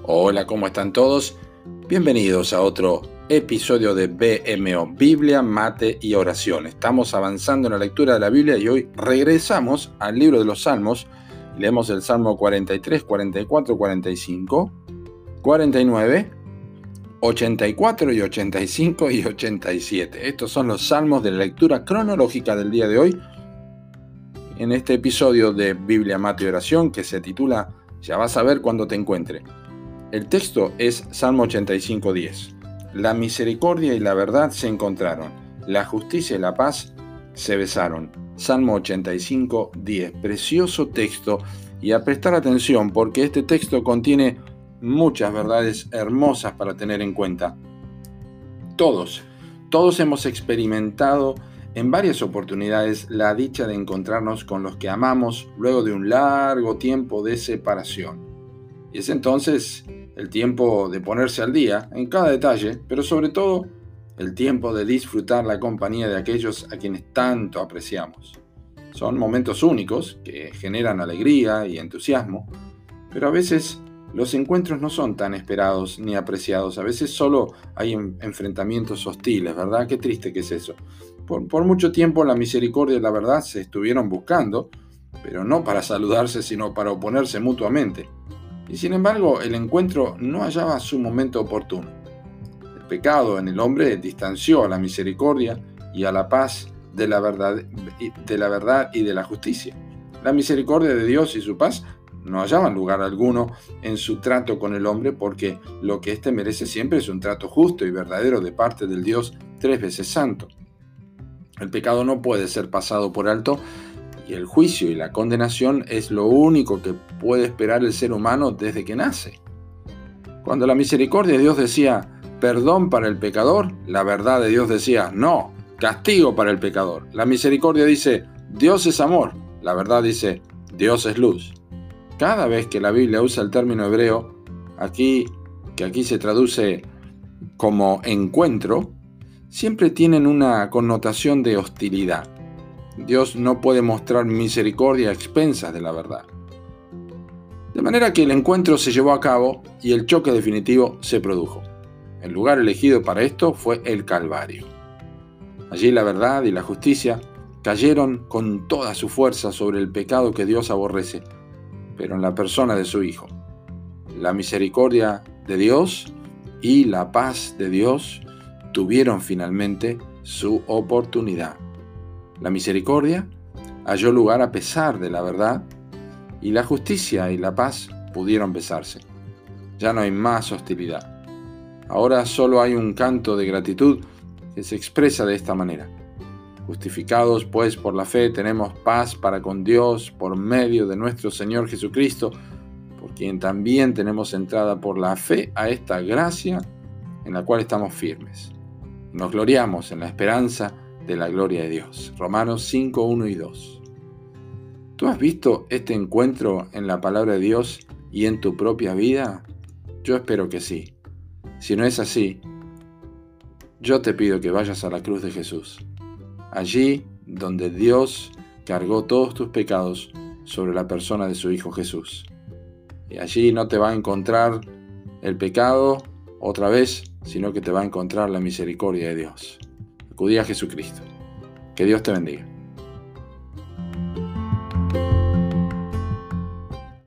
Hola, ¿cómo están todos? Bienvenidos a otro episodio de BMO, Biblia, Mate y Oración. Estamos avanzando en la lectura de la Biblia y hoy regresamos al libro de los Salmos. Leemos el Salmo 43, 44, 45, 49, 84 y 85 y 87. Estos son los salmos de la lectura cronológica del día de hoy en este episodio de Biblia, Mate y Oración que se titula Ya vas a ver cuando te encuentre. El texto es Salmo 85, 10. La misericordia y la verdad se encontraron, la justicia y la paz se besaron. Salmo 85, 10. Precioso texto, y a prestar atención porque este texto contiene muchas verdades hermosas para tener en cuenta. Todos hemos experimentado en varias oportunidades la dicha de encontrarnos con los que amamos luego de un largo tiempo de separación. Y es entonces el tiempo de ponerse al día en cada detalle, pero sobre todo el tiempo de disfrutar la compañía de aquellos a quienes tanto apreciamos. Son momentos únicos que generan alegría y entusiasmo, pero a veces los encuentros no son tan esperados ni apreciados. A veces solo hay enfrentamientos hostiles, ¿verdad? Qué triste que es eso. Por mucho tiempo la misericordia y la verdad se estuvieron buscando, pero no para saludarse, sino para oponerse mutuamente. Y sin embargo, el encuentro no hallaba su momento oportuno. El pecado en el hombre distanció a la misericordia y a la paz de la verdad y de la justicia. La misericordia de Dios y su paz no hallaban lugar alguno en su trato con el hombre, porque lo que éste merece siempre es un trato justo y verdadero de parte del Dios 3 veces santo. El pecado no puede ser pasado por alto, y el juicio y la condenación es lo único que puede esperar el ser humano desde que nace. Cuando la misericordia de Dios decía perdón para el pecador, la verdad de Dios decía no, castigo para el pecador. La misericordia dice Dios es amor, la verdad dice Dios es luz. Cada vez que la Biblia usa el término hebreo, que aquí se traduce como encuentro, siempre tienen una connotación de hostilidad. Dios no puede mostrar misericordia a expensas de la verdad. De manera que el encuentro se llevó a cabo y el choque definitivo se produjo. El lugar elegido para esto fue el Calvario. Allí la verdad y la justicia cayeron con toda su fuerza sobre el pecado que Dios aborrece, pero en la persona de su Hijo. La misericordia de Dios y la paz de Dios tuvieron finalmente su oportunidad. La misericordia halló lugar a pesar de la verdad, y la justicia y la paz pudieron besarse. Ya no hay más hostilidad. Ahora solo hay un canto de gratitud que se expresa de esta manera. Justificados pues por la fe tenemos paz para con Dios por medio de nuestro Señor Jesucristo, por quien también tenemos entrada por la fe a esta gracia en la cual estamos firmes. Nos gloriamos en la esperanza de la gloria de Dios. Romanos 5, 1 y 2. ¿Tú has visto este encuentro en la palabra de Dios y en tu propia vida? Yo espero que sí. Si no es así, yo te pido que vayas a la cruz de Jesús. Allí donde Dios cargó todos tus pecados sobre la persona de su Hijo Jesús. Y allí no te va a encontrar el pecado otra vez, sino que te va a encontrar la misericordia de Dios. Acudí a Jesucristo. Que Dios te bendiga.